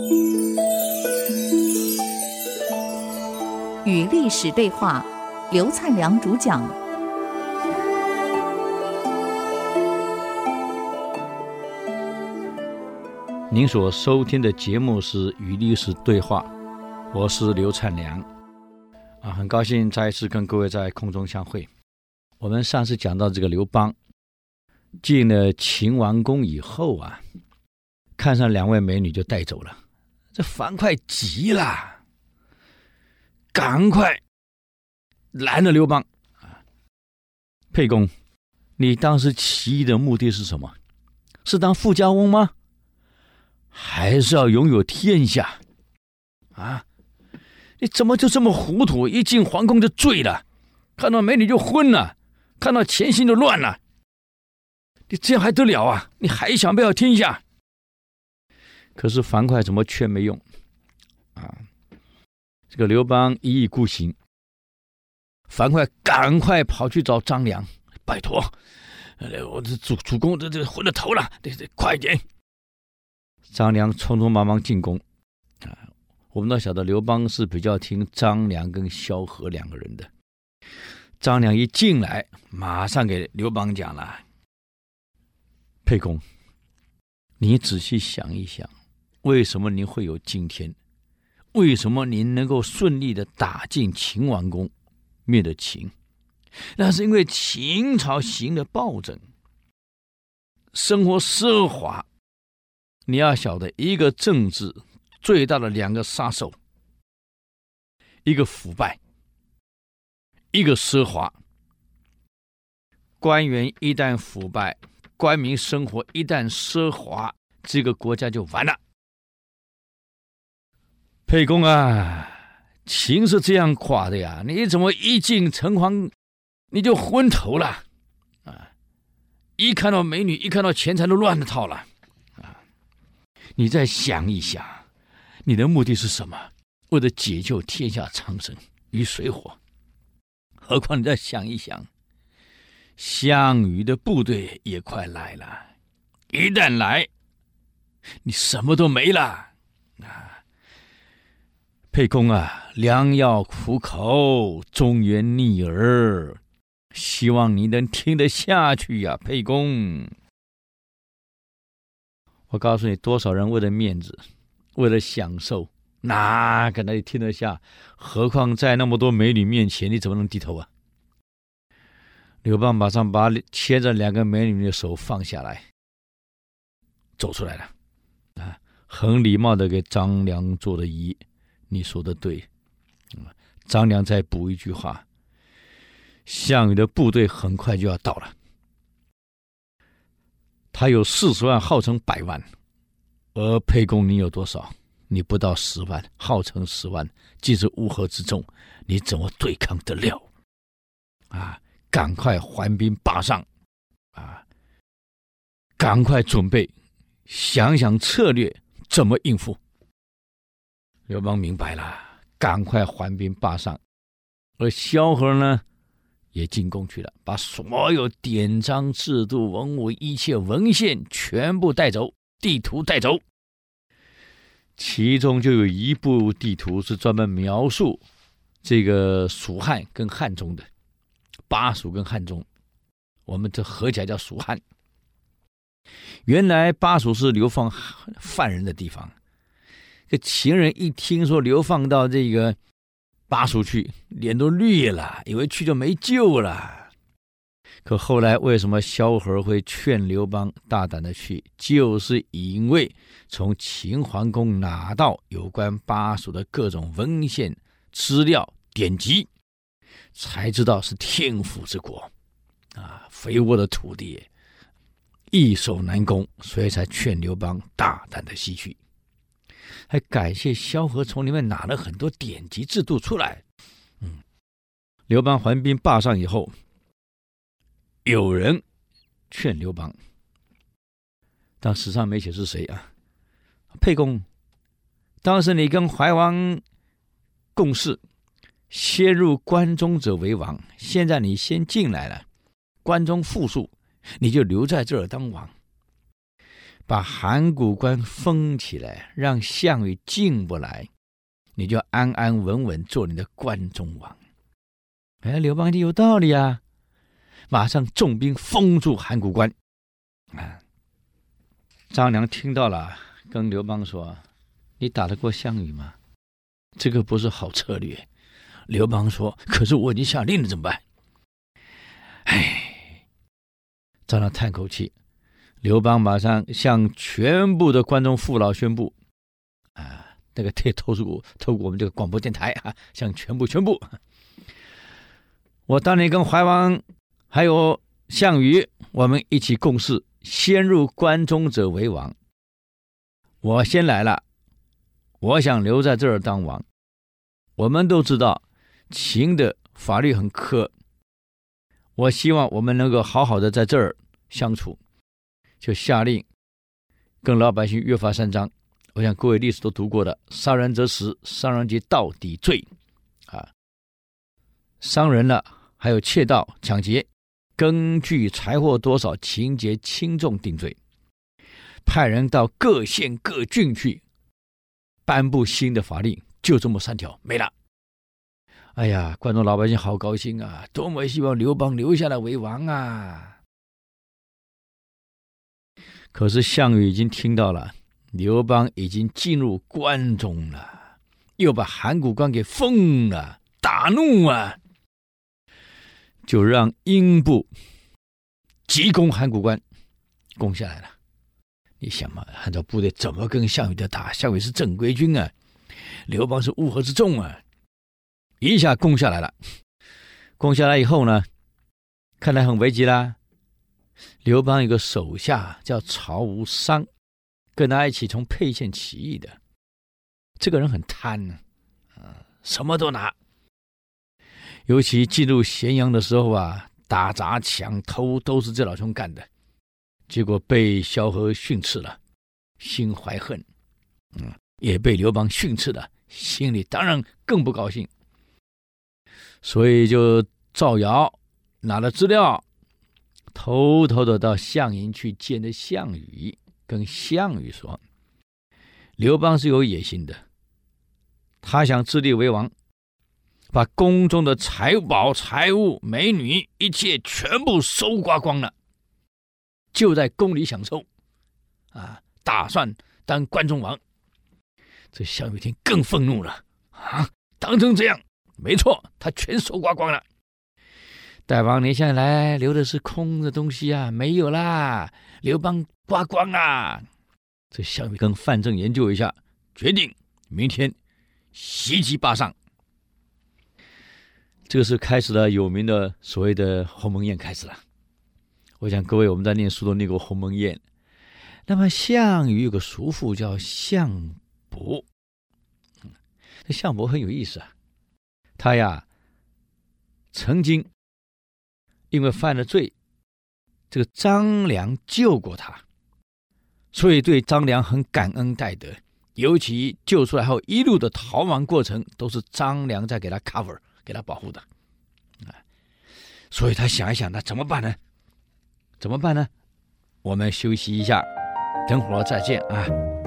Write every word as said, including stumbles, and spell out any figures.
与历史对话，刘灿良主讲。 您所收听的节目是《与历史对话》，我是刘灿良啊，很高兴再一次跟各位在空中相会。我们上次讲到这个刘邦进了秦王宫以后啊，看上两位美女就带走了。这樊哙急了，赶快拦了刘邦啊！沛公，你当时起义的目的是什么？是当富家翁吗？还是要拥有天下啊？你怎么就这么糊涂？一进皇宫就醉了，看到美女就昏了，看到钱心就乱了。你这样还得了啊？你还想不要天下？可是樊哙怎么劝没用啊！这个刘邦一意孤行，樊哙赶快跑去找张良，拜托，我这主主公这这昏了头了，得得快点！张良匆匆忙忙进宫啊！我们都晓得刘邦是比较听张良跟萧何两个人的。张良一进来，马上给刘邦讲了：沛公，你仔细想一想，为什么您会有今天？为什么您能够顺利的打进秦王宫，灭了秦？那是因为秦朝行的暴政，生活奢华。你要晓得，一个政治最大的两个杀手，一个腐败，一个奢华。官员一旦腐败，官民生活一旦奢华，这个国家就完了。沛公啊，秦是这样垮的呀，你怎么一进城隍你就昏头了啊？一看到美女，一看到钱财都乱了套了。你再想一想，你的目的是什么？为了解救天下苍生于水火。何况你再想一想，项羽的部队也快来了，一旦来，你什么都没了啊！沛公啊，良药苦口，忠言逆耳，希望你能听得下去呀、啊，沛公。我告诉你，多少人为了面子，为了享受，哪可能听得下？何况在那么多美女面前，你怎么能低头啊？刘邦马上把牵着两个美女的手放下来，走出来了啊，很礼貌的给张良做了揖，你说的对。张良再补一句话：项羽的部队很快就要到了。他有四十万，号称百万，而沛公你有多少？你不到十万，号称十万，既是乌合之众，你怎么对抗得了？啊！赶快还兵霸上，啊！赶快准备，想想策略怎么应付。刘邦明白了，赶快还兵霸上，而萧何呢？也进宫去了，把所有典章制度文物一切文献全部带走，地图带走。其中就有一部地图是专门描述这个蜀汉跟汉中的，巴蜀跟汉中，我们这合起来叫蜀汉。原来巴蜀是流放犯人的地方，这秦人一听说流放到这个巴蜀去，脸都绿了，以为去就没救了。可后来为什么萧何会劝刘邦大胆的去，就是因为从秦桓公拿到有关巴蜀的各种文献资料典籍，才知道是天府之国啊，肥沃的土地，易守难攻，所以才劝刘邦大胆的西去。还感谢萧何从里面拿了很多典籍制度出来。嗯，刘邦还兵霸上以后，有人劝刘邦，但史上没写是谁啊？沛公，当时你跟怀王共事，先入关中者为王，现在你先进来了，关中富庶，你就留在这儿当王。 把函谷关封起来，让项羽进不来，你就安安稳稳做你的关中王。哎，刘邦就有道理啊，马上重兵封住函谷关。啊，张良听到了，跟刘邦说：“你打得过项羽吗？这个不是好策略。”刘邦说：“可是我已经下令了，怎么办？”哎，张良叹口气。刘邦马上向全部的关中父老宣布，啊，那个透过透过我们这个广播电台啊，向全部宣布，我当年跟怀王还有项羽，我们一起共事，先入关中者为王。我先来了，我想留在这儿当王。我们都知道秦的法律很苛，我希望我们能够好好的在这儿相处。就下令跟老百姓约法三章，我想各位历史都读过的，杀人者死，伤人及到底罪啊，伤人了还有窃盗抢劫，根据财货多少情节轻重定罪，派人到各县各郡去颁布新的法令，就这么三条没了。哎呀，关中老百姓好高兴啊，多么希望刘邦留下来为王啊。可是项羽已经听到了，刘邦已经进入关中了，又把函谷关给封了，大怒啊，就让英布急攻函谷关，攻下来了。你想嘛，按照部队怎么跟项羽的打？项羽是正规军啊，刘邦是乌合之众啊，一下攻下来了。攻下来以后呢，看来很危急啦。刘邦有个手下叫曹无伤，跟他一起从沛县起义的。这个人很贪呢、啊，什么都拿。尤其进入咸阳的时候啊，打砸抢偷都是这老兄干的。结果被萧何训斥了，心怀恨，嗯，也被刘邦训斥了，心里当然更不高兴。所以就造谣，拿了资料，偷偷的到项营去见了项羽，跟项羽说，刘邦是有野心的，他想自立为王，把宫中的财宝财物美女一切全部搜刮光了，就在宫里享受啊，打算当关中王。这项羽听更愤怒了啊，当成这样没错，他全搜刮光了。大王，你现在来留的是空的东西啊，没有啦，刘邦刮光啊。这项羽跟范正研究一下，决定明天袭击霸上。这个是开始了有名的所谓的鸿门宴开始了。我想各位我们在念书都念过鸿门宴。那么项羽有个叔父叫项伯，这项伯很有意思啊，他呀曾经因为犯了罪，这个张良救过他，所以对张良很感恩戴德，尤其救出来后一路的逃亡过程都是张良在给他 cover 给他保护的，所以他想一想，那怎么办呢？怎么办呢？我们休息一下，等会儿再见啊。